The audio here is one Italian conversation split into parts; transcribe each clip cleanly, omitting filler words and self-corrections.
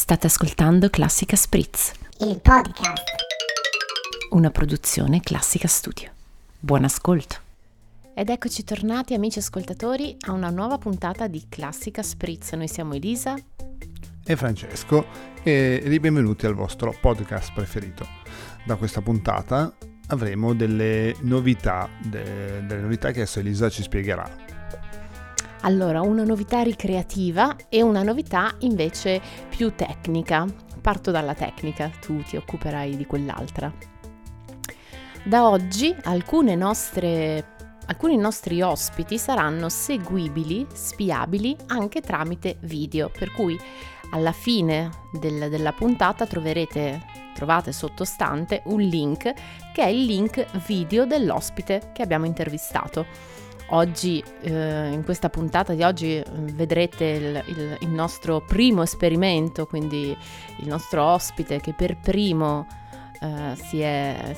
State ascoltando Classica Spritz, il podcast. una produzione Classica Studio. Buon ascolto. Ed eccoci tornati, amici ascoltatori, a una nuova puntata di Classica Spritz. Noi siamo Elisa e Francesco e benvenuti al vostro podcast preferito. Da questa puntata avremo delle novità che adesso Elisa ci spiegherà. Allora, una novità ricreativa e una novità invece più tecnica. Parto dalla tecnica, tu ti occuperai di quell'altra. Da oggi alcuni nostri ospiti saranno seguibili, spiabili anche tramite video, per cui alla fine della puntata trovate sottostante un link che è il link video dell'ospite che abbiamo intervistato. Oggi, in questa puntata di oggi, vedrete il nostro primo esperimento, quindi il nostro ospite che per primo si è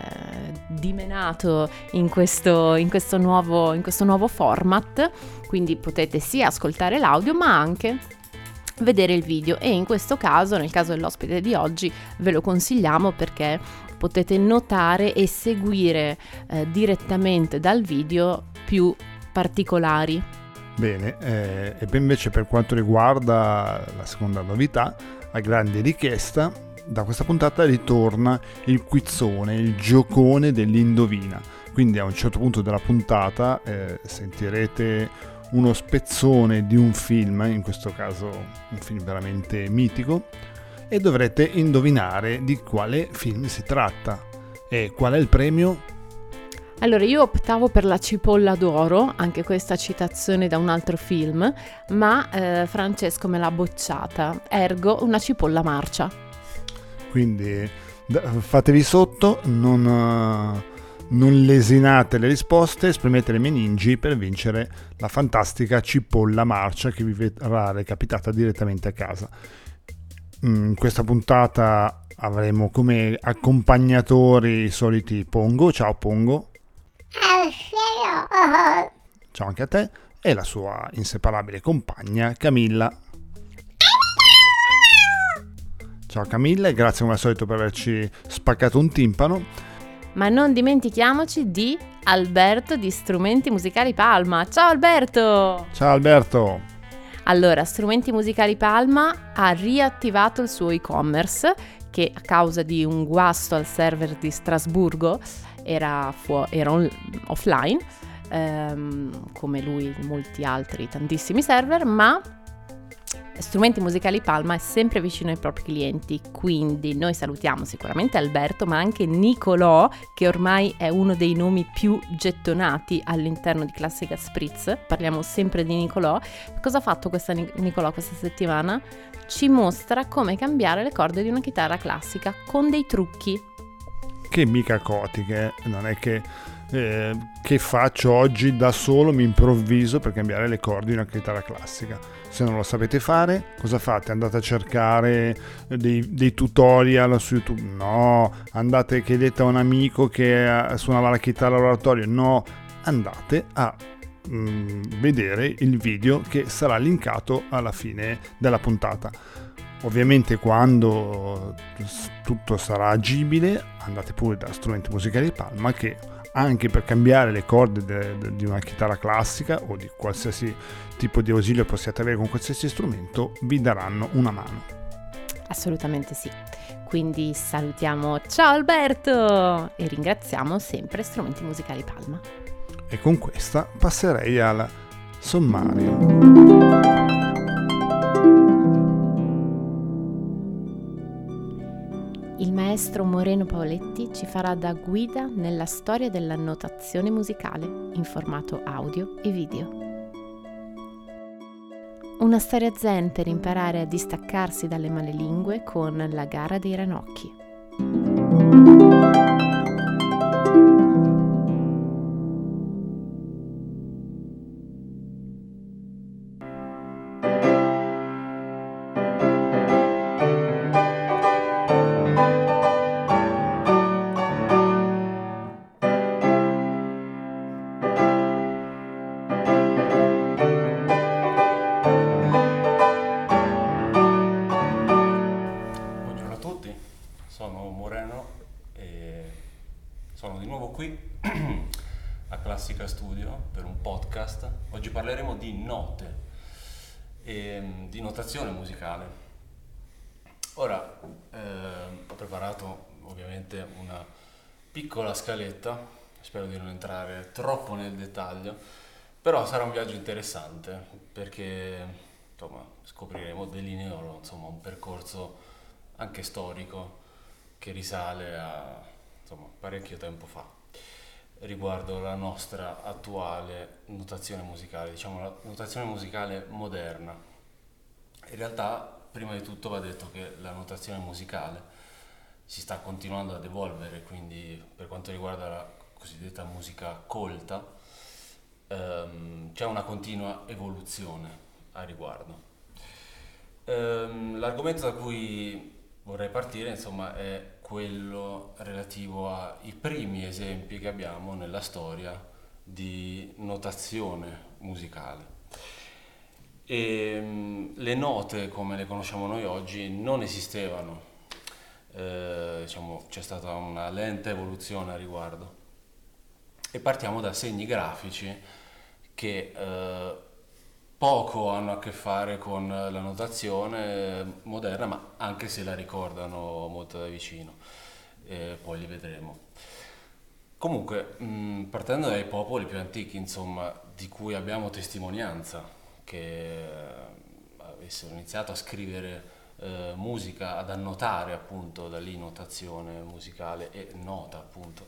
dimenato in questo nuovo format, quindi potete sia ascoltare l'audio ma anche vedere il video, e in questo caso, nel caso dell'ospite di oggi, ve lo consigliamo perché potete notare e seguire direttamente dal video più particolari. Bene, e invece per quanto riguarda la seconda novità, a grande richiesta, da questa puntata ritorna il quizzone, il giocone dell'indovina. Quindi a un certo punto della puntata sentirete uno spezzone di un film, in questo caso un film veramente mitico, e dovrete indovinare di quale film si tratta. E qual è il premio? Allora, io optavo per La cipolla d'oro, anche questa citazione da un altro film, ma Francesco me l'ha bocciata, ergo una cipolla marcia. Quindi fatevi sotto, non lesinate le risposte, esprimete le meningi per vincere la fantastica cipolla marcia che vi verrà recapitata direttamente a casa. In questa puntata avremo come accompagnatori i soliti Pongo. Ciao Pongo. Ciao anche a te, e la sua inseparabile compagna Camilla. Ciao Camilla, e grazie come al solito per averci spaccato un timpano. Ma non dimentichiamoci di Alberto di Strumenti Musicali Palma. Ciao Alberto! Ciao Alberto! Allora, Strumenti Musicali Palma ha riattivato il suo e-commerce che a causa di un guasto al server di Strasburgo era offline, come lui molti altri tantissimi server, ma Strumenti Musicali Palma è sempre vicino ai propri clienti, quindi noi salutiamo sicuramente Alberto, ma anche Nicolò, che ormai è uno dei nomi più gettonati all'interno di Classica Spritz. Parliamo sempre di Nicolò. Cosa ha fatto Nicolò questa settimana? Ci mostra come cambiare le corde di una chitarra classica con dei trucchi. Che mica cotiche, non è che faccio oggi da solo, mi improvviso per cambiare le corde di una chitarra classica. Se non lo sapete fare, cosa fate? Andate a cercare dei tutorial su YouTube? No. Andate, chiedete a un amico che suonava la chitarra all'oratorio? No. Andate a vedere il video che sarà linkato alla fine della puntata. Ovviamente quando tutto sarà agibile andate pure da Strumenti Musicali Palma, che anche per cambiare le corde di una chitarra classica o di qualsiasi tipo di ausilio possiate avere con qualsiasi strumento vi daranno una mano. Assolutamente sì. Quindi salutiamo ciao Alberto e ringraziamo sempre Strumenti Musicali Palma. E con questa passerei al sommario. Il maestro Moreno Paoletti ci farà da guida nella storia della notazione musicale in formato audio e video. Una storia zen per imparare a distaccarsi dalle malelingue con la gara dei ranocchi. Siamo di nuovo qui a Classica Studio per un podcast. Oggi parleremo di note e di notazione musicale. Ora, ho preparato ovviamente una piccola scaletta, spero di non entrare troppo nel dettaglio, però sarà un viaggio interessante perché insomma scopriremo, delineerò insomma un percorso anche storico che risale a parecchio tempo fa riguardo la nostra attuale notazione musicale, diciamo la notazione musicale moderna. In realtà, prima di tutto va detto che la notazione musicale si sta continuando ad evolvere, quindi per quanto riguarda la cosiddetta musica colta, c'è una continua evoluzione a riguardo. L'argomento da cui vorrei partire, insomma, è quello relativo ai primi esempi che abbiamo nella storia di notazione musicale. E le note, come le conosciamo noi oggi, non esistevano. C'è stata una lenta evoluzione a riguardo. E partiamo da segni grafici che poco hanno a che fare con la notazione moderna, ma anche se la ricordano molto da vicino, poi li vedremo. Comunque, partendo dai popoli più antichi, insomma, di cui abbiamo testimonianza, che avessero iniziato a scrivere musica, ad annotare appunto, da lì notazione musicale e nota appunto.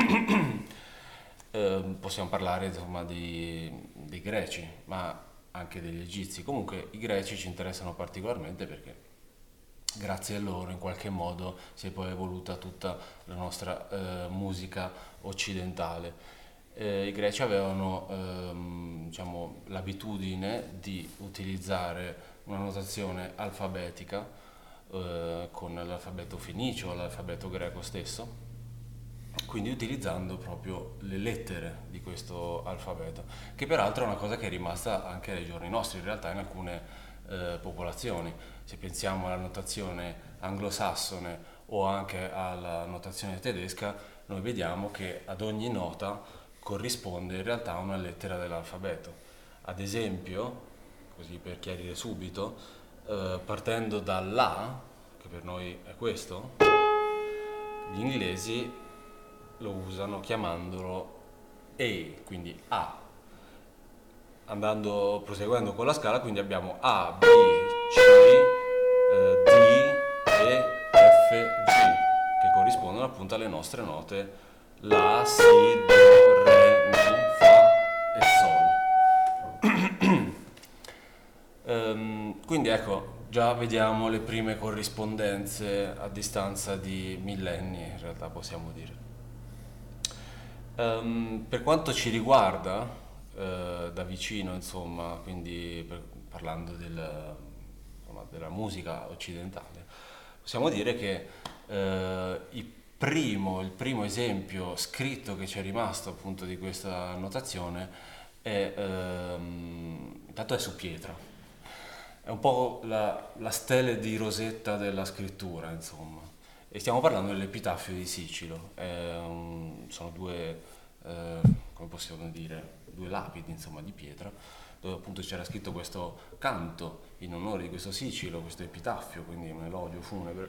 Possiamo parlare insomma dei greci, ma anche degli egizi. Comunque i greci ci interessano particolarmente perché grazie a loro in qualche modo si è poi evoluta tutta la nostra musica occidentale. I greci avevano l'abitudine di utilizzare una notazione alfabetica con l'alfabeto fenicio o l'alfabeto greco stesso, quindi utilizzando proprio le lettere di questo alfabeto, che peraltro è una cosa che è rimasta anche ai giorni nostri, in realtà in alcune popolazioni. Se pensiamo alla notazione anglosassone o anche alla notazione tedesca, noi vediamo che ad ogni nota corrisponde in realtà una lettera dell'alfabeto. Ad esempio, così per chiarire subito, partendo dall'A, che per noi è questo, gli inglesi lo usano chiamandolo A, quindi A. Proseguendo con la scala, quindi abbiamo A, B, C, D, E, F, G, che corrispondono appunto alle nostre note La, Si, Do, Re, Mi, Fa e Sol. Quindi ecco, già vediamo le prime corrispondenze a distanza di millenni, in realtà possiamo dire. Per quanto ci riguarda, da vicino, insomma, quindi parlando della musica occidentale, possiamo dire che il primo esempio scritto che ci è rimasto appunto di questa notazione intanto è su pietra. È un po' la stele di Rosetta della scrittura, insomma. E stiamo parlando dell'Epitaffio di Sicilo. Sono due, come possiamo dire, due lapidi, insomma, di pietra, dove appunto c'era scritto questo canto in onore di questo Sicilo, questo epitaffio, quindi un elogio funebre.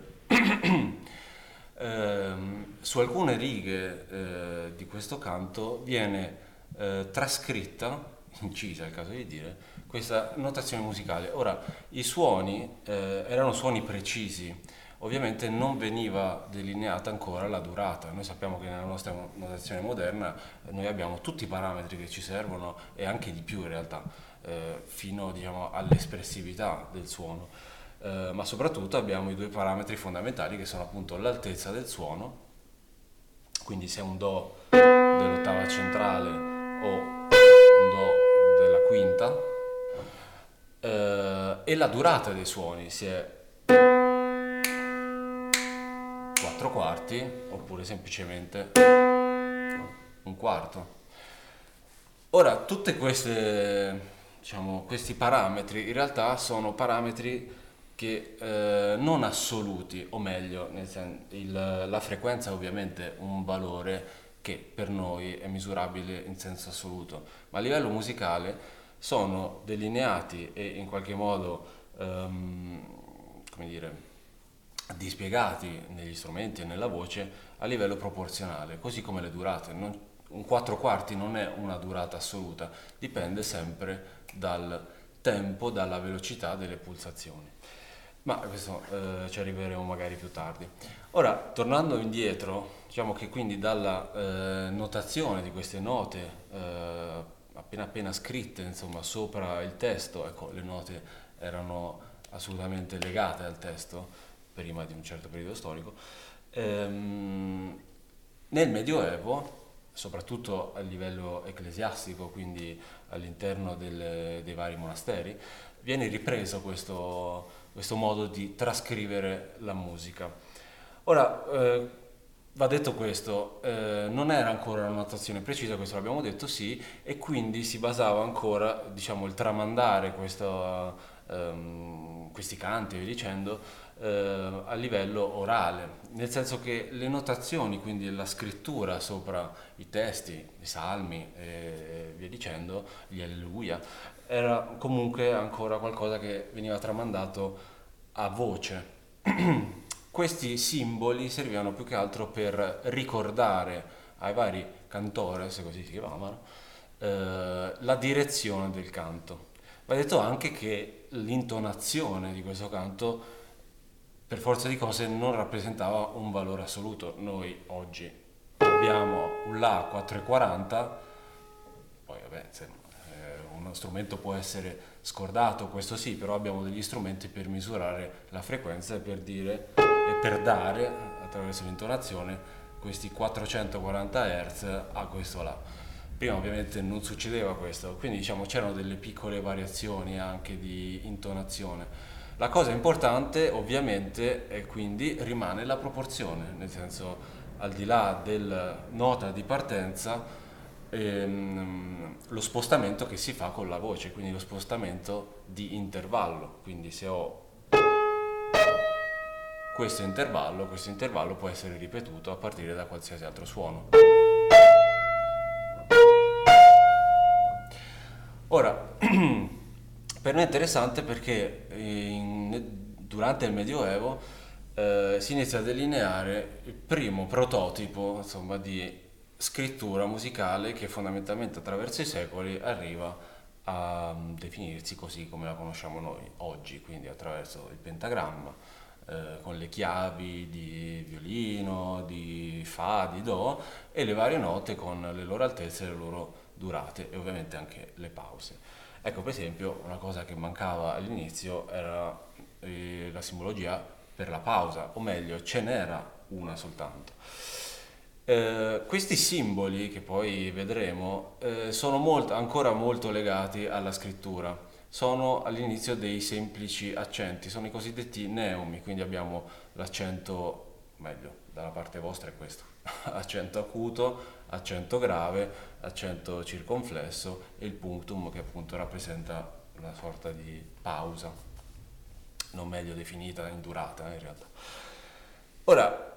Su alcune righe di questo canto viene trascritta, incisa è il caso di dire, questa notazione musicale. Ora, i suoni erano suoni precisi. Ovviamente non veniva delineata ancora la durata. Noi sappiamo che nella nostra notazione moderna noi abbiamo tutti i parametri che ci servono e anche di più in realtà, fino all'espressività del suono, ma soprattutto abbiamo i due parametri fondamentali che sono appunto l'altezza del suono, quindi se è un Do dell'ottava centrale o un Do della quinta, e la durata dei suoni, si è 4 quarti oppure semplicemente un quarto. Ora, tutte queste, questi parametri in realtà sono parametri che non assoluti, o meglio, la frequenza è ovviamente un valore che per noi è misurabile in senso assoluto, ma a livello musicale sono delineati e in qualche modo, come dire, dispiegati negli strumenti e nella voce a livello proporzionale, così come le durate. Un 4/4 non è una durata assoluta, dipende sempre dal tempo, dalla velocità delle pulsazioni. Ma questo ci arriveremo magari più tardi. Ora, tornando indietro, diciamo che quindi dalla notazione di queste note appena scritte, insomma, sopra il testo, ecco, le note erano assolutamente legate al testo prima di un certo periodo storico. Nel Medioevo, soprattutto a livello ecclesiastico, quindi all'interno dei vari monasteri, viene ripreso questo modo di trascrivere la musica. Ora, va detto questo, non era ancora una notazione precisa, questo l'abbiamo detto, sì, e quindi si basava ancora, diciamo, il tramandare questi canti e via dicendo a livello orale, nel senso che le notazioni, quindi la scrittura sopra i testi, i salmi e via dicendo, gli alleluia, era comunque ancora qualcosa che veniva tramandato a voce. Questi simboli servivano più che altro per ricordare ai vari cantori, se così si chiamavano, la direzione del canto. Va detto anche che l'intonazione di questo canto per forza di cose non rappresentava un valore assoluto. Noi oggi abbiamo un La 4/40, poi vabbè, uno strumento può essere scordato, questo sì, però abbiamo degli strumenti per misurare la frequenza e per dire e per dare attraverso l'intonazione questi 440 Hz a questo La. Prima ovviamente non succedeva questo, quindi diciamo c'erano delle piccole variazioni anche di intonazione. La cosa importante ovviamente è quindi rimane la proporzione, nel senso al di là della nota di partenza lo spostamento che si fa con la voce, quindi lo spostamento di intervallo, quindi se ho questo intervallo può essere ripetuto a partire da qualsiasi altro suono. Ora, per me è interessante perché durante il Medioevo si inizia a delineare il primo prototipo, insomma, di scrittura musicale che fondamentalmente attraverso i secoli arriva a definirsi così come la conosciamo noi oggi, quindi attraverso il pentagramma, con le chiavi di violino, di fa, di do e le varie note con le loro altezze e le loro durate e ovviamente anche le pause. Ecco, per esempio, una cosa che mancava all'inizio era la simbologia per la pausa, o meglio, ce n'era una soltanto. Questi simboli che poi vedremo sono ancora molto legati alla scrittura. Sono all'inizio dei semplici accenti, sono i cosiddetti neumi, quindi abbiamo l'accento, meglio, dalla parte vostra è questo, accento acuto, accento grave, accento circonflesso e il punctum che appunto rappresenta una sorta di pausa, non meglio definita in durata in realtà. Ora,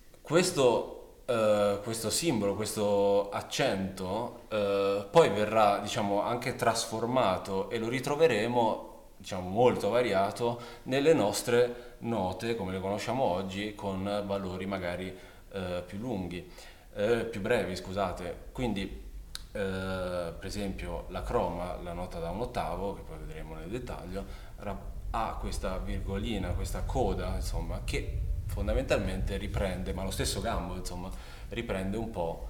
questo simbolo, questo accento poi verrà, diciamo, anche trasformato e lo ritroveremo, diciamo, molto variato nelle nostre note come le conosciamo oggi, con valori magari più lunghi, più brevi, scusate. Quindi per esempio la croma, la nota da un ottavo, che poi vedremo nel dettaglio, ha questa virgolina, questa coda, insomma, che fondamentalmente riprende, ma lo stesso gambo, insomma, riprende un po'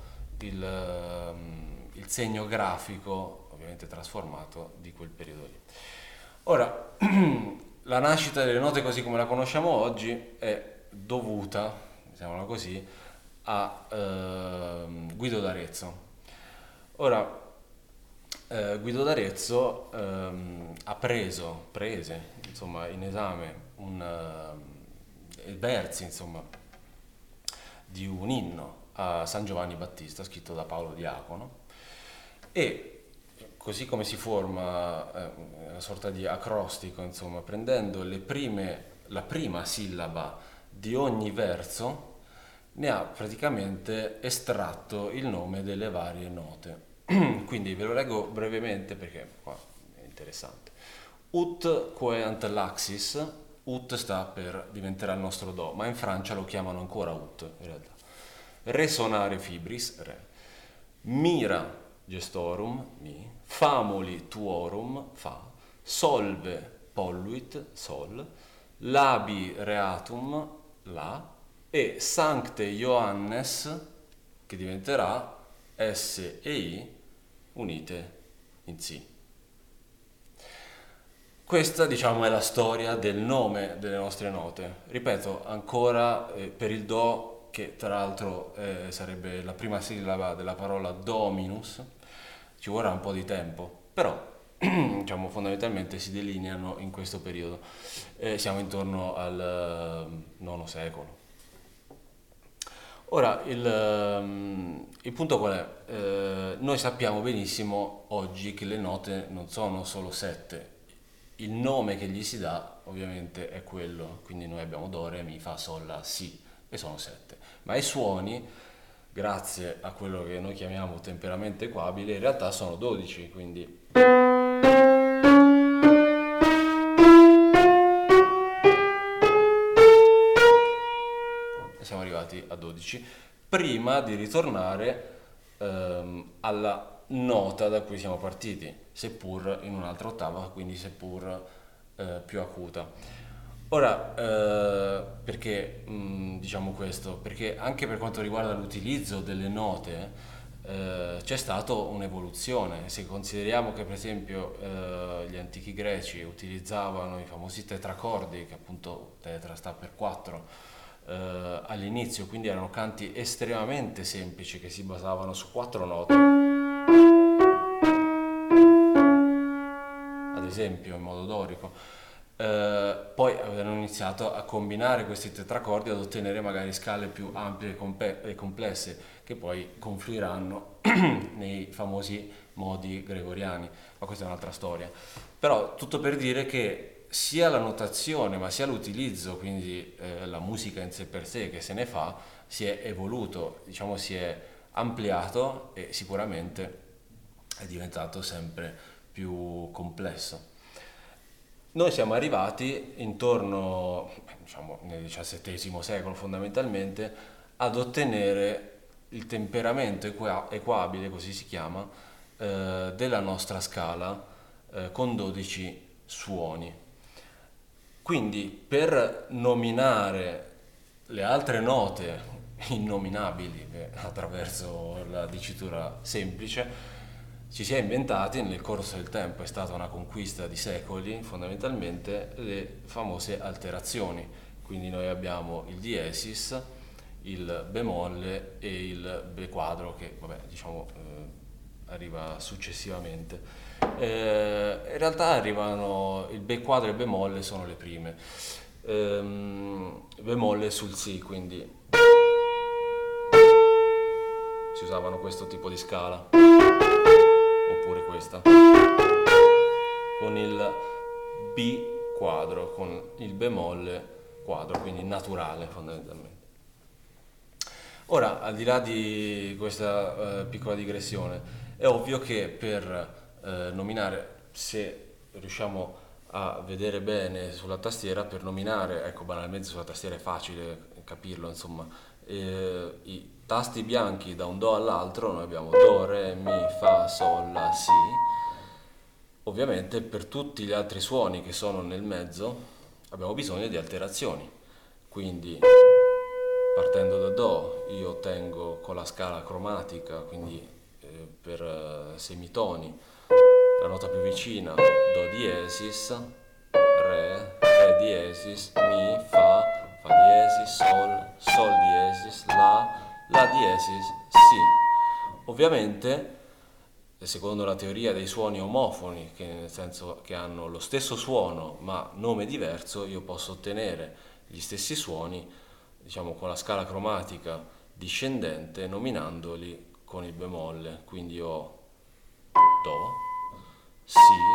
il segno grafico, ovviamente trasformato, di quel periodo lì. Ora, la nascita delle note così come la conosciamo oggi è dovuta, diciamola così, a Guido d'Arezzo. Ora, Guido d'Arezzo ha prese insomma, in esame versi, insomma, di un inno a San Giovanni Battista scritto da Paolo Diacono, e così come si forma una sorta di acrostico, insomma, prendendo la prima sillaba di ogni verso, ne ha praticamente estratto il nome delle varie note. Quindi ve lo leggo brevemente perché qua è interessante. Ut queant laxis, ut sta per diventerà il nostro do, ma in Francia lo chiamano ancora ut in realtà. Resonare fibris, re. Mira gestorum, mi. Famoli tuorum, fa. Solve polluit, sol. Labi reatum, la. E Sancte Ioannes, che diventerà S e I unite in Si. Questa, diciamo, è la storia del nome delle nostre note. Ripeto, ancora per il Do, che tra l'altro sarebbe la prima sillaba della parola Dominus, ci vorrà un po' di tempo, però diciamo, fondamentalmente si delineano in questo periodo. Siamo intorno al IX secolo. Ora, il punto qual è? Noi sappiamo benissimo oggi che le note non sono solo 7. Il nome che gli si dà ovviamente è quello, quindi noi abbiamo Do, Re, Mi, Fa, Sol, La, Si e sono 7. Ma i suoni, grazie a quello che noi chiamiamo temperamento equabile, in realtà sono 12, quindi siamo arrivati a 12, prima di ritornare alla nota da cui siamo partiti, seppur in un'altra ottava, quindi seppur più acuta. Ora, perché diciamo questo? Perché anche per quanto riguarda l'utilizzo delle note c'è stata un'evoluzione. Se consideriamo che per esempio gli antichi greci utilizzavano i famosi tetracordi, che appunto tetra sta per 4, all'inizio, quindi erano canti estremamente semplici che si basavano su 4 note, ad esempio in modo dorico. Poi avevano iniziato a combinare questi tetracordi ad ottenere magari scale più ampie e complesse, che poi confluiranno nei famosi modi gregoriani, ma questa è un'altra storia. Però tutto per dire che sia la notazione ma sia l'utilizzo, quindi la musica in sé per sé che se ne fa, si è evoluto, diciamo si è ampliato e sicuramente è diventato sempre più complesso. Noi siamo arrivati intorno, diciamo, nel XVII secolo fondamentalmente, ad ottenere il temperamento equabile, così si chiama, della nostra scala con 12 suoni. Quindi per nominare le altre note innominabili attraverso la dicitura semplice, ci si è inventati nel corso del tempo, è stata una conquista di secoli fondamentalmente, le famose alterazioni. Quindi noi abbiamo il diesis, il bemolle e il be quadro che vabbè, diciamo, arriva successivamente. In realtà arrivano il be quadro e il bemolle sono le prime. Bemolle sul si, quindi si usavano questo tipo di scala, oppure questa, con il B quadro, con il bemolle quadro, quindi naturale fondamentalmente. Ora, al di là di questa piccola digressione, è ovvio che per nominare, se riusciamo a vedere bene sulla tastiera, per nominare, ecco, banalmente sulla tastiera è facile capirlo, insomma, i tasti bianchi da un do all'altro, noi abbiamo do, re, mi, fa, sol, la, si. Ovviamente per tutti gli altri suoni che sono nel mezzo abbiamo bisogno di alterazioni, quindi partendo da do io ottengo con la scala cromatica, quindi per semitoni, la nota più vicina, do diesis, re, re diesis, mi, fa diesis, sol diesis, la diesis, si. Ovviamente, secondo la teoria dei suoni omofoni, che nel senso che hanno lo stesso suono ma nome diverso, io posso ottenere gli stessi suoni, diciamo, con la scala cromatica discendente, nominandoli con il bemolle. Quindi ho do,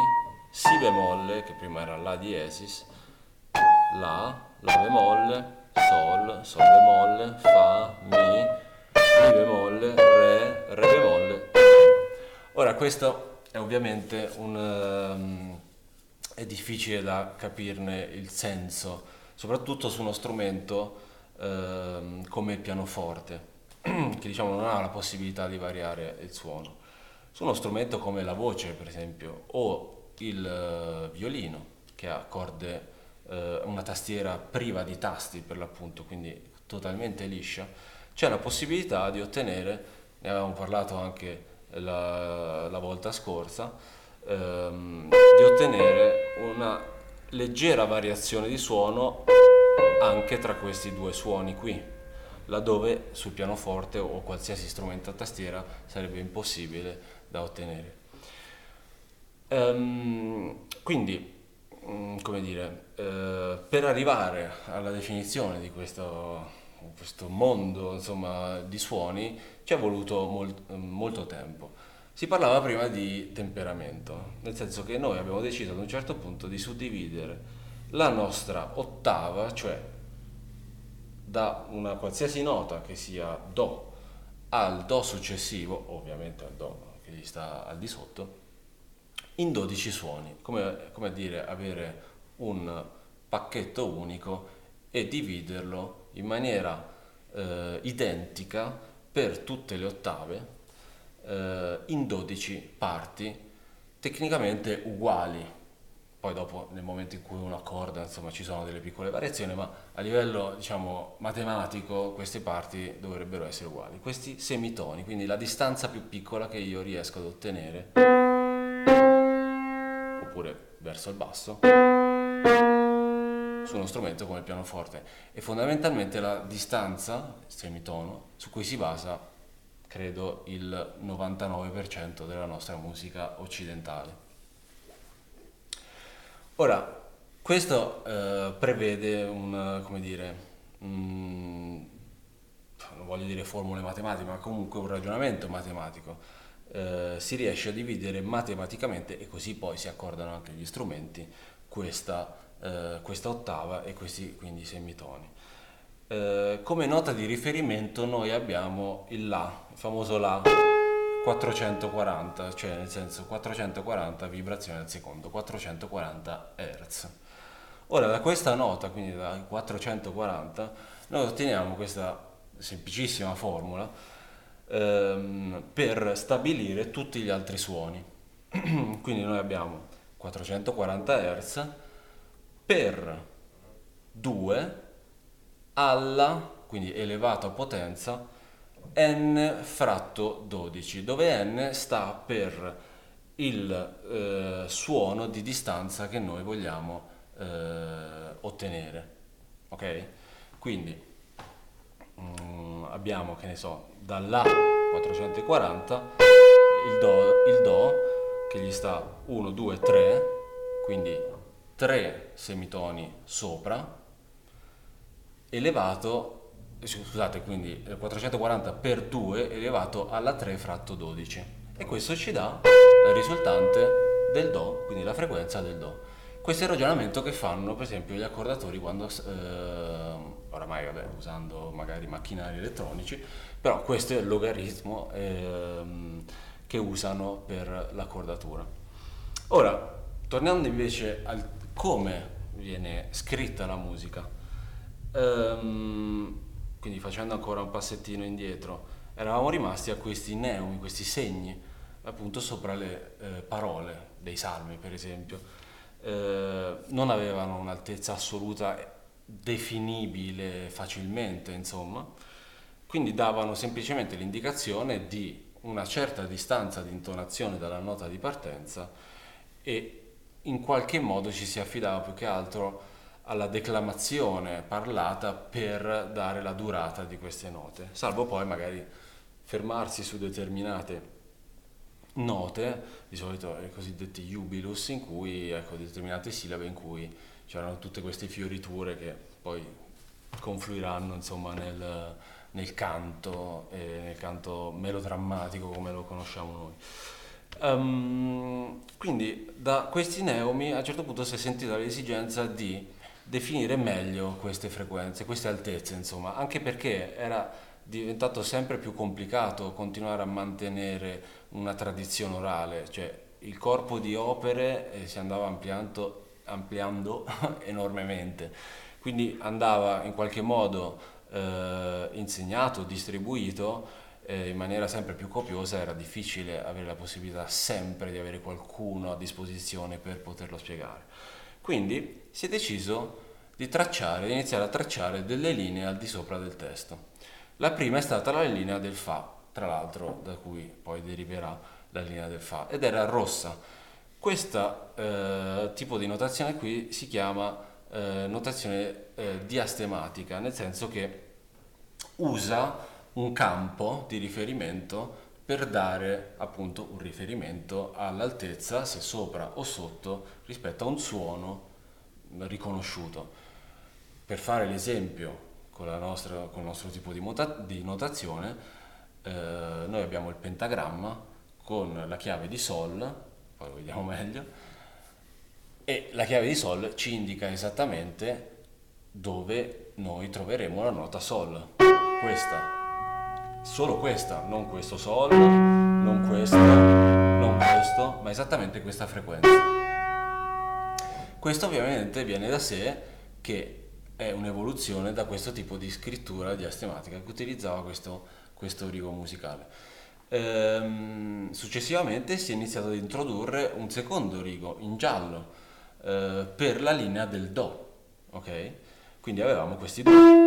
si bemolle, che prima era la diesis, la bemolle, sol, sol bemolle, fa, mi bemolle, re bemolle. Ora questo è ovviamente è difficile da capirne il senso, soprattutto su uno strumento come il pianoforte, che diciamo non ha la possibilità di variare il suono. Su uno strumento come la voce, per esempio, o il violino, che ha corde, una tastiera priva di tasti per l'appunto, quindi totalmente liscia, c'è la possibilità di ottenere, ne avevamo parlato anche la volta scorsa, di ottenere una leggera variazione di suono anche tra questi due suoni qui, laddove sul pianoforte o qualsiasi strumento a tastiera sarebbe impossibile da ottenere. Quindi, come dire, per arrivare alla definizione di questo mondo, insomma, di suoni ci è voluto molto tempo. Si parlava prima di temperamento, nel senso che noi abbiamo deciso ad un certo punto di suddividere la nostra ottava, cioè da una qualsiasi nota che sia do al do successivo, ovviamente al do che gli sta al di sotto, in 12 suoni, come a dire avere un pacchetto unico e dividerlo in maniera identica per tutte le ottave in 12 parti tecnicamente uguali. Poi dopo nel momento in cui uno accorda, insomma, ci sono delle piccole variazioni, ma a livello, diciamo, matematico queste parti dovrebbero essere uguali. Questi semitoni, quindi la distanza più piccola che io riesco ad ottenere, oppure verso il basso, su uno strumento come il pianoforte, è fondamentalmente la distanza, semitono, su cui si basa, credo, il 99% della nostra musica occidentale. Ora, questo prevede come dire, non voglio dire formule matematiche, ma comunque un ragionamento matematico. Si riesce a dividere matematicamente, e così poi si accordano anche gli strumenti, questa ottava e questi quindi semitoni. Come nota di riferimento noi abbiamo il La, il famoso La 440, cioè nel senso 440 vibrazioni al secondo, 440 Hz. Ora da questa nota, quindi da 440, noi otteniamo questa semplicissima formula per stabilire tutti gli altri suoni. Quindi noi abbiamo 440 Hz per 2 alla, quindi elevato a potenza, n fratto 12, dove n sta per il suono di distanza che noi vogliamo ottenere. Ok? Quindi abbiamo, che ne so, dalla 440 il do che gli sta 1, 2, 3, quindi 3 semitoni sopra, elevato, scusate, quindi 440 per 2 elevato alla 3 fratto 12, e questo ci dà la risultante del do, quindi la frequenza del do. Questo è il ragionamento che fanno per esempio gli accordatori quando oramai usando magari macchinari elettronici, però questo è il logaritmo che usano per l'accordatura. Ora, tornando invece al come viene scritta la musica, quindi facendo ancora un passettino indietro, eravamo rimasti a questi neumi, questi segni appunto sopra le parole dei salmi, per esempio. Non avevano un'altezza assoluta definibile facilmente, insomma, quindi davano semplicemente l'indicazione di una certa distanza di intonazione dalla nota di partenza, e in qualche modo ci si affidava più che altro alla declamazione parlata per dare la durata di queste note, salvo poi magari fermarsi su determinate note, di solito i cosiddetti jubilus, in cui, ecco, determinate sillabe in cui c'erano tutte queste fioriture che poi confluiranno, insomma, nel canto melodrammatico come lo conosciamo noi. Quindi da questi neumi a un certo punto si è sentita l'esigenza di definire meglio queste frequenze, queste altezze, insomma, anche perché era diventato sempre più complicato continuare a mantenere una tradizione orale, cioè il corpo di opere si andava ampliando enormemente, quindi andava in qualche modo insegnato, distribuito in maniera sempre più copiosa. Era difficile avere la possibilità sempre di avere qualcuno a disposizione per poterlo spiegare. Quindi si è deciso di iniziare a tracciare delle linee al di sopra del testo. La prima è stata la linea del Fa, tra l'altro, da cui poi deriverà la linea del Fa, ed era rossa. Questo tipo di notazione qui si chiama notazione diastematica, nel senso che usa un campo di riferimento per dare appunto un riferimento all'altezza, se sopra o sotto, rispetto a un suono riconosciuto. Per fare l'esempio con il nostro tipo di notazione, noi abbiamo il pentagramma con la chiave di Sol, poi lo vediamo meglio, e la chiave di Sol ci indica esattamente dove noi troveremo la nota Sol, questa. Solo questa, non questo Sol, non questo, ma esattamente questa frequenza. Questo ovviamente viene da sé che è un'evoluzione da questo tipo di scrittura diastematica che utilizzava questo rigo musicale. Successivamente si è iniziato ad introdurre un secondo rigo in giallo per la linea del Do, ok? Quindi avevamo questi due.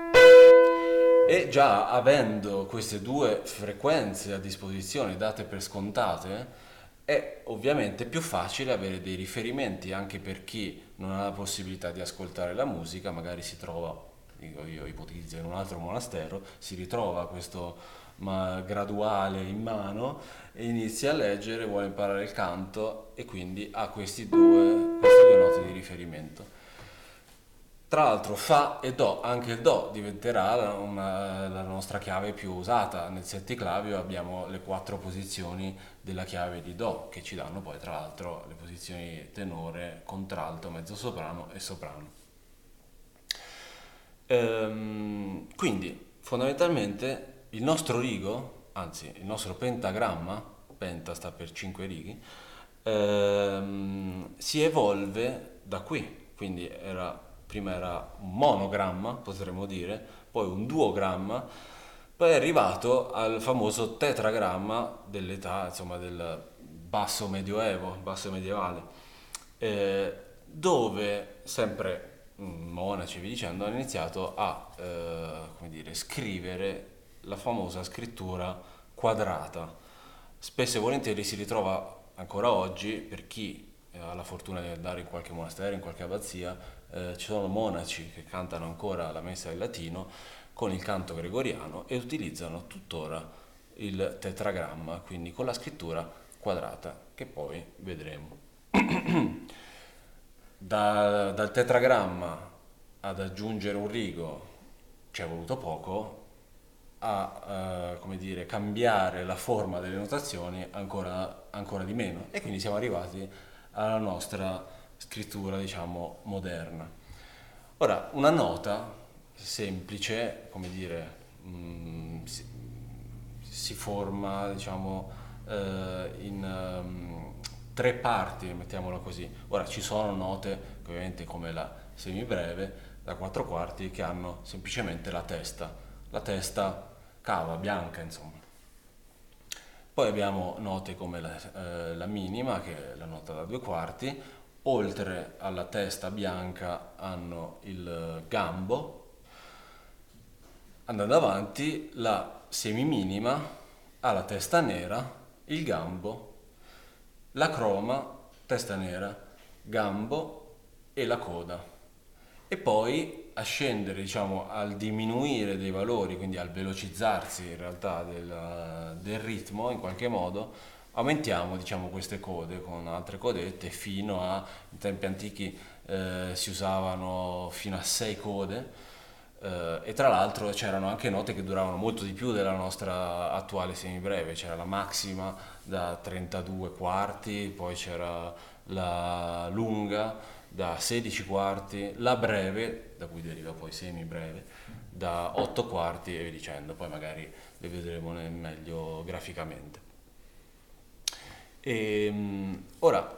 E già avendo queste due frequenze a disposizione date per scontate, è ovviamente più facile avere dei riferimenti anche per chi non ha la possibilità di ascoltare la musica, magari si trova, io ipotizzo, in un altro monastero, si ritrova questo graduale in mano e inizia a leggere, vuole imparare il canto e quindi ha queste due note di riferimento. Tra l'altro Fa e Do, anche il Do diventerà la nostra chiave più usata. Nel setticlavio abbiamo le 4 posizioni della chiave di Do, che ci danno poi tra l'altro le posizioni tenore, contralto, mezzosoprano e soprano. Quindi fondamentalmente il nostro rigo, anzi il nostro pentagramma, penta sta per 5 righi, si evolve da qui, quindi prima era un monogramma, potremmo dire, poi un duogramma, poi è arrivato al famoso tetragramma dell'età, insomma, del basso medioevo, basso medievale, dove sempre monaci, vi dicendo, hanno iniziato a scrivere la famosa scrittura quadrata. Spesso e volentieri si ritrova ancora oggi, per chi ha la fortuna di andare in qualche monastero, in qualche abbazia, ci sono monaci che cantano ancora la messa in latino con il canto gregoriano e utilizzano tuttora il tetragramma, quindi con la scrittura quadrata, che poi vedremo. Dal tetragramma ad aggiungere un rigo ci è voluto poco, a cambiare la forma delle notazioni ancora di meno, e quindi siamo arrivati alla nostra scrittura, diciamo, moderna. Ora, una nota semplice, si forma, diciamo, in 3 parti, mettiamola così. Ora, ci sono note, ovviamente, come la semibreve, da 4 quarti, che hanno semplicemente la testa cava, bianca, insomma. Poi abbiamo note come la minima, che è la nota da 2 quarti, oltre alla testa bianca hanno il gambo. Andando avanti, la semiminima ha la testa nera, il gambo, la croma, testa nera, gambo e la coda. E poi a scendere, diciamo, al diminuire dei valori, quindi al velocizzarsi in realtà del ritmo in qualche modo, aumentiamo, diciamo, queste code con altre codette fino a, in tempi antichi si usavano fino a 6 code, e tra l'altro c'erano anche note che duravano molto di più della nostra attuale semibreve. C'era la maxima da 32 quarti, poi c'era la lunga da 16 quarti, la breve, da cui deriva poi semi breve, da 8 quarti e via dicendo, poi magari le vedremo meglio graficamente. Ora,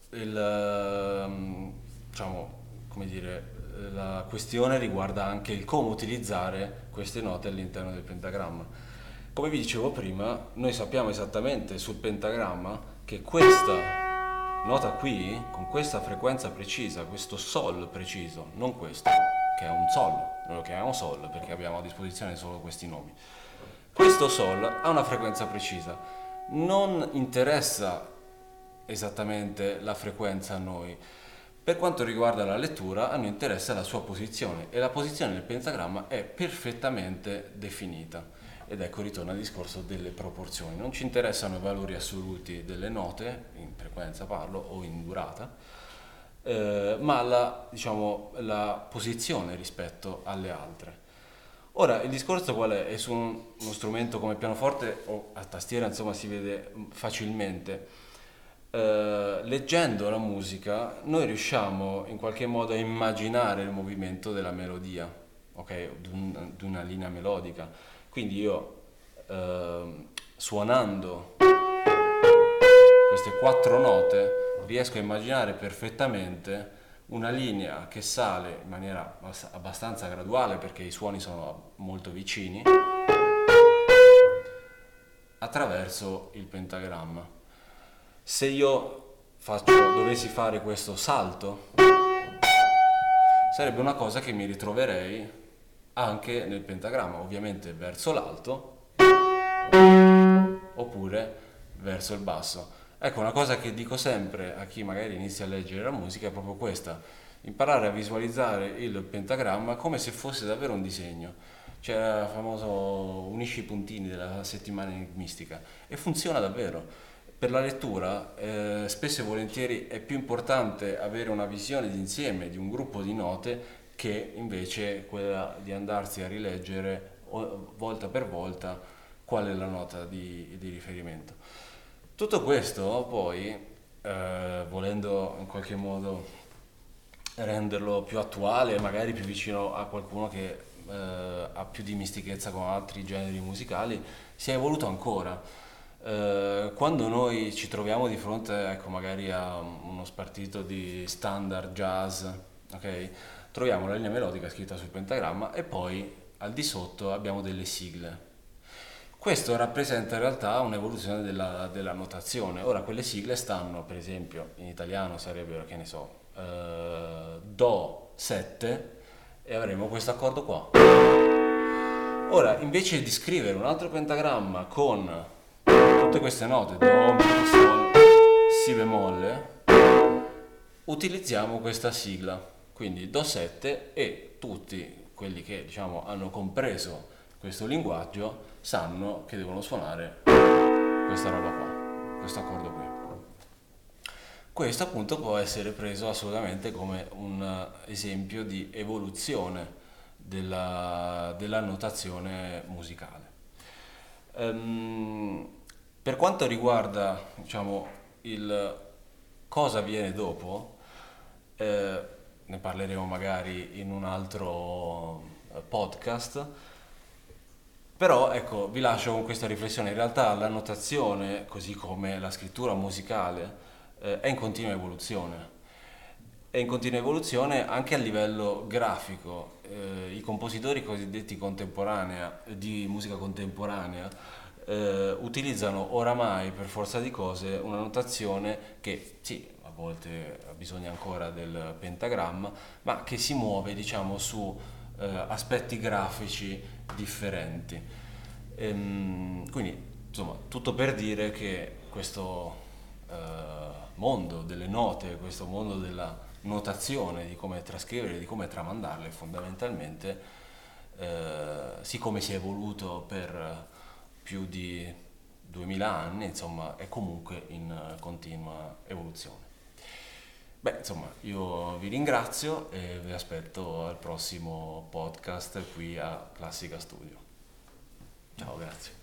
diciamo, come dire, la questione riguarda anche il come utilizzare queste note all'interno del pentagramma. Come vi dicevo prima, noi sappiamo esattamente sul pentagramma che questa nota qui, con questa frequenza precisa, questo sol preciso, non questo, che è un sol, noi lo chiamiamo sol perché abbiamo a disposizione solo questi nomi. Questo sol ha una frequenza precisa, non interessa esattamente la frequenza a noi. Per quanto riguarda la lettura, a noi interessa la sua posizione e la posizione del pentagramma è perfettamente definita. Ed ecco, ritorna al discorso delle proporzioni. Non ci interessano i valori assoluti delle note, in frequenza parlo, o in durata, ma la posizione rispetto alle altre. Ora, il discorso qual è? È su uno strumento come pianoforte o a tastiera, insomma, si vede facilmente. Leggendo la musica noi riusciamo in qualche modo a immaginare il movimento della melodia, ok? Di una linea melodica. Quindi io suonando queste 4 note riesco a immaginare perfettamente una linea che sale in maniera abbastanza graduale perché i suoni sono molto vicini attraverso il pentagramma. Se io dovessi fare questo salto, sarebbe una cosa che mi ritroverei anche nel pentagramma, ovviamente verso l'alto oppure verso il basso. Ecco, una cosa che dico sempre a chi magari inizia a leggere la musica è proprio questa: imparare a visualizzare il pentagramma come se fosse davvero un disegno. C'è il famoso unisci i puntini della settimana enigmistica e funziona davvero. Per la lettura spesso e volentieri è più importante avere una visione d'insieme di un gruppo di note che invece quella di andarsi a rileggere volta per volta qual è la nota di riferimento. Tutto questo poi, volendo in qualche modo renderlo più attuale, magari più vicino a qualcuno che ha più dimestichezza con altri generi musicali, si è evoluto ancora. Quando noi ci troviamo di fronte, ecco, magari a uno spartito di standard jazz, ok? Troviamo la linea melodica scritta sul pentagramma e poi al di sotto abbiamo delle sigle. Questo rappresenta in realtà un'evoluzione della notazione. Ora, quelle sigle stanno, per esempio, in italiano sarebbero, che ne so, Do, 7 e avremo questo accordo qua. Ora, invece di scrivere un altro pentagramma con tutte queste note, Do, Mi, Sol, Si bemolle, utilizziamo questa sigla, quindi Do 7, e tutti quelli che, diciamo, hanno compreso questo linguaggio sanno che devono suonare questa roba qua, questo accordo qui. Questo appunto può essere preso assolutamente come un esempio di evoluzione della notazione musicale. Per quanto riguarda, diciamo, il cosa viene dopo, ne parleremo magari in un altro podcast, però ecco, vi lascio con questa riflessione. In realtà la notazione, così come la scrittura musicale, è in continua evoluzione. È in continua evoluzione anche a livello grafico. I compositori cosiddetti di musica contemporanea utilizzano oramai per forza di cose una notazione che sì, a volte ha bisogno ancora del pentagramma, ma che si muove, diciamo, su aspetti grafici differenti. Quindi, insomma, tutto per dire che questo mondo delle note, questo mondo della notazione, di come trascrivere, di come tramandarle, fondamentalmente, siccome si è evoluto per più di 2000 anni, insomma, è comunque in continua evoluzione. Beh, insomma, io vi ringrazio e vi aspetto al prossimo podcast qui a Classica Studio. Ciao, grazie.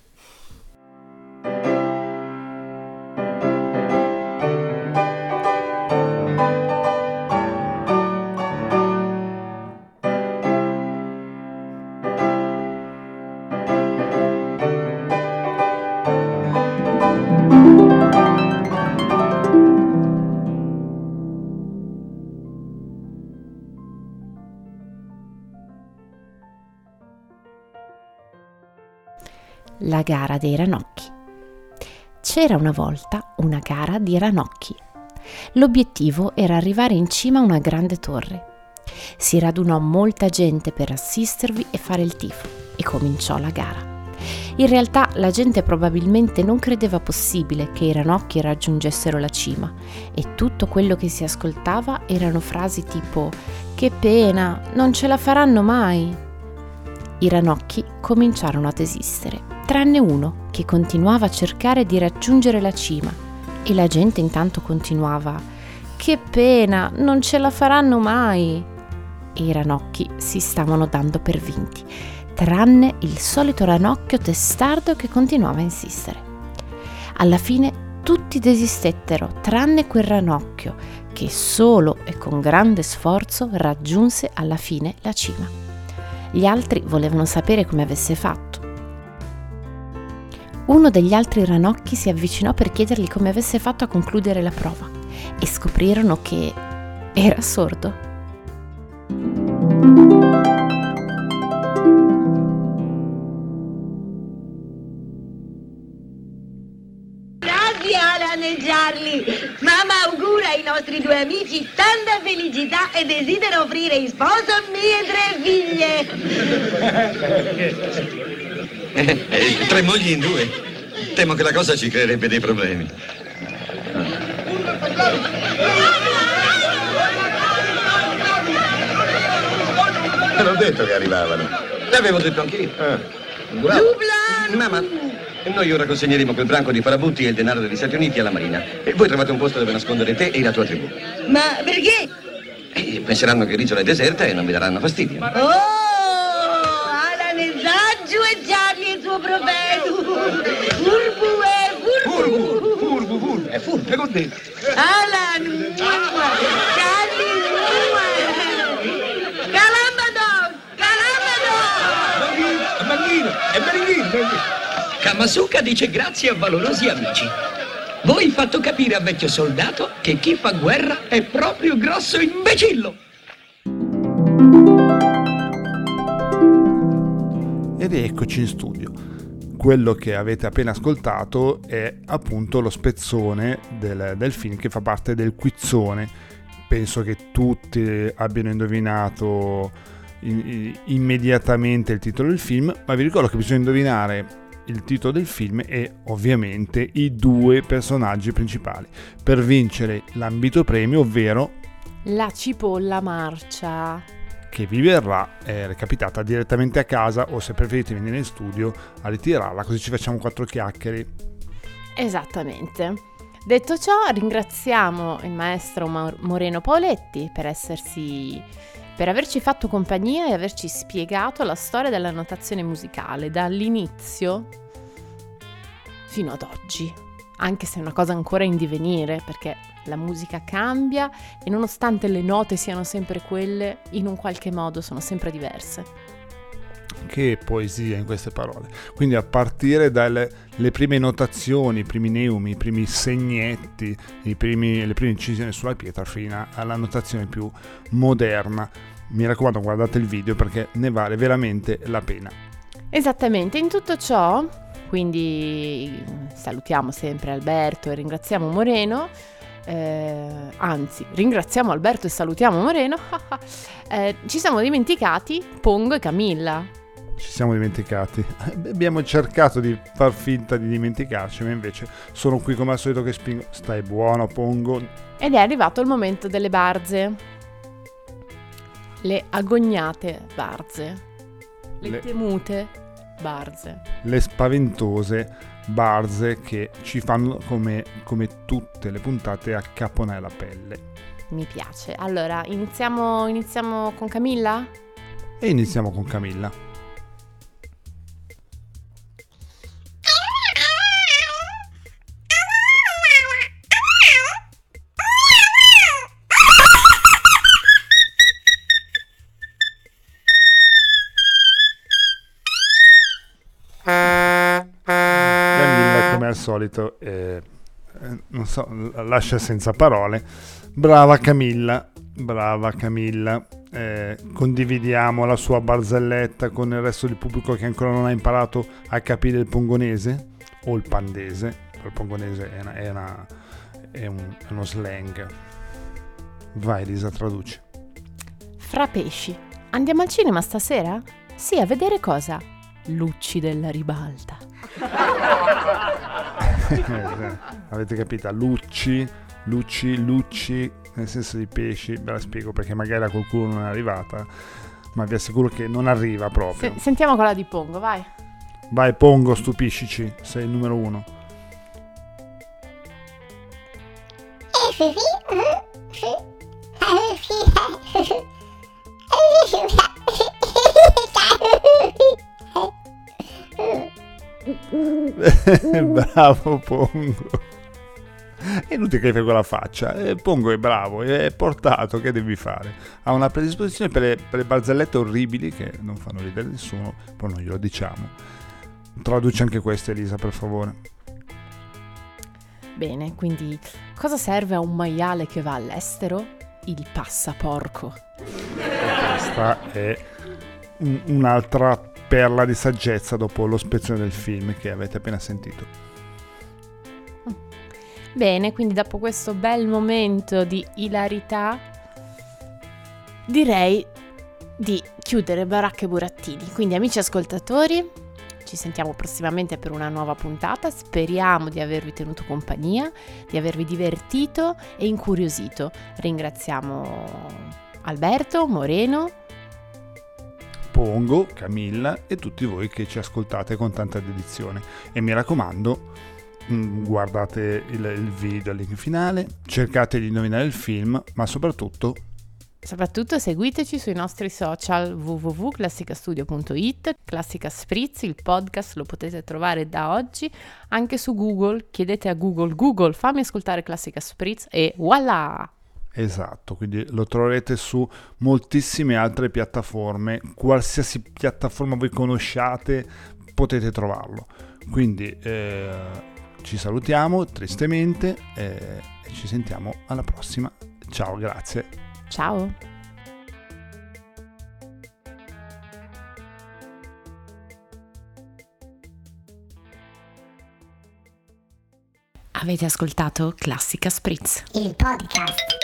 La gara dei ranocchi. C'era una volta una gara di ranocchi. L'obiettivo era arrivare in cima a una grande torre. Si radunò molta gente per assistervi e fare il tifo e cominciò la gara. In realtà la gente probabilmente non credeva possibile che i ranocchi raggiungessero la cima e tutto quello che si ascoltava erano frasi tipo «Che pena, non ce la faranno mai!». I ranocchi cominciarono a desistere, tranne uno che continuava a cercare di raggiungere la cima e la gente intanto continuava «Che pena, non ce la faranno mai!». E i ranocchi si stavano dando per vinti, tranne il solito ranocchio testardo che continuava a insistere. Alla fine tutti desistettero, tranne quel ranocchio che solo e con grande sforzo raggiunse alla fine la cima. Gli altri volevano sapere come avesse fatto. Uno degli altri ranocchi si avvicinò per chiedergli come avesse fatto a concludere la prova e scoprirono che era sordo. Grazie Alan e Charlie. Mamma augura ai nostri due amici tanta felicità e desidera offrire in sposo mie 3 figlie. 3 mogli in 2. Temo che la cosa ci creerebbe dei problemi. L'ho detto che arrivavano. L'avevo detto anch'io. Dublan! Mamma, noi ora consegneremo quel branco di farabutti e il denaro degli Stati Uniti alla Marina. E voi trovate un posto dove nascondere te e la tua tribù. Ma perché? Penseranno che l'isola è deserta e non vi daranno fastidio. Oh, Alan è saggio e Charlie è il suo profeta. Furbu è furbu. Furbu, è furbo, con te. Alan, Charlie, Calambado, Calambado. Bambino, è bellino. Kamasuka dice grazie a valorosi amici. Voi fatto capire a vecchio soldato che chi fa guerra è proprio grosso imbecillo. Ed eccoci in studio. Quello che avete appena ascoltato è appunto lo spezzone del film che fa parte del quizzone. Penso che tutti abbiano indovinato immediatamente il titolo del film, ma vi ricordo che bisogna indovinare il titolo del film e ovviamente i 2 personaggi principali per vincere l'ambito premio, ovvero La cipolla marcia. che vi verrà recapitata direttamente a casa o se preferite venire in studio a ritirarla, così ci facciamo 4 chiacchiere. Esattamente. Detto ciò, ringraziamo il maestro Moreno Paoletti per averci fatto compagnia e averci spiegato la storia della notazione musicale dall'inizio fino ad oggi, anche se è una cosa ancora in divenire, perché la musica cambia e nonostante le note siano sempre quelle, in un qualche modo sono sempre diverse. Che poesia in queste parole. Quindi a partire dalle prime notazioni, i primi neumi, i primi segnetti, le prime incisioni sulla pietra fino alla notazione più moderna. Mi raccomando, guardate il video perché ne vale veramente la pena. Esattamente, in tutto ciò, quindi salutiamo sempre Alberto e ringraziamo Moreno, anzi ringraziamo Alberto e salutiamo Moreno, ci siamo dimenticati Pongo e Camilla. Ci siamo dimenticati. Abbiamo cercato di far finta di dimenticarci, ma invece sono qui come al solito che spingo. Stai buono, Pongo. Ed è arrivato il momento delle barze. Le agognate barze. Le temute barze. Le spaventose barze che ci fanno come tutte le puntate a caponare la pelle. Mi piace. Allora, iniziamo con Camilla? E iniziamo con Camilla. Come al solito non so, lascia senza parole. Brava Camilla. condividiamo la sua barzelletta con il resto del pubblico che ancora non ha imparato a capire il pongonese o il pandese. Il pongonese è uno slang. Vai Elisa, traduci. Fra pesci. Andiamo al cinema stasera? Sì, a vedere cosa? Lucci della ribalta. Avete capito? Lucci, nel senso di pesci. Ve la spiego perché magari a qualcuno non è arrivata, ma vi assicuro che non arriva proprio. Sentiamo quella di Pongo, vai. Vai Pongo, stupiscici, sei il numero 1. Bravo Pongo. È inutile che fai quella faccia. Pongo è bravo, è portato, che devi fare? Ha una predisposizione per le barzellette orribili che non fanno ridere nessuno, poi non glielo diciamo. Traduci anche questa Elisa, per favore. Bene, quindi cosa serve a un maiale che va all'estero? Il passaporco. Questa è un'altra perla di saggezza dopo lo spezzone del film che avete appena sentito. Bene, quindi dopo questo bel momento di ilarità direi di chiudere Baracca e Burattini. Quindi amici ascoltatori, ci sentiamo prossimamente per una nuova puntata. Speriamo di avervi tenuto compagnia, di avervi divertito e incuriosito. Ringraziamo Alberto, Moreno, Pongo, Camilla e tutti voi che ci ascoltate con tanta dedizione. E mi raccomando, guardate il video al link finale, cercate di indovinare il film, ma soprattutto seguiteci sui nostri social www.classicastudio.it. Classica Spritz, il podcast lo potete trovare da oggi anche su Google. Chiedete a Google, fammi ascoltare Classica Spritz e voilà! Esatto, quindi lo troverete su moltissime altre piattaforme, qualsiasi piattaforma voi conosciate potete trovarlo. Quindi ci salutiamo tristemente e ci sentiamo alla prossima. Ciao, grazie. Ciao! Avete ascoltato Classica Spritz, Il podcast.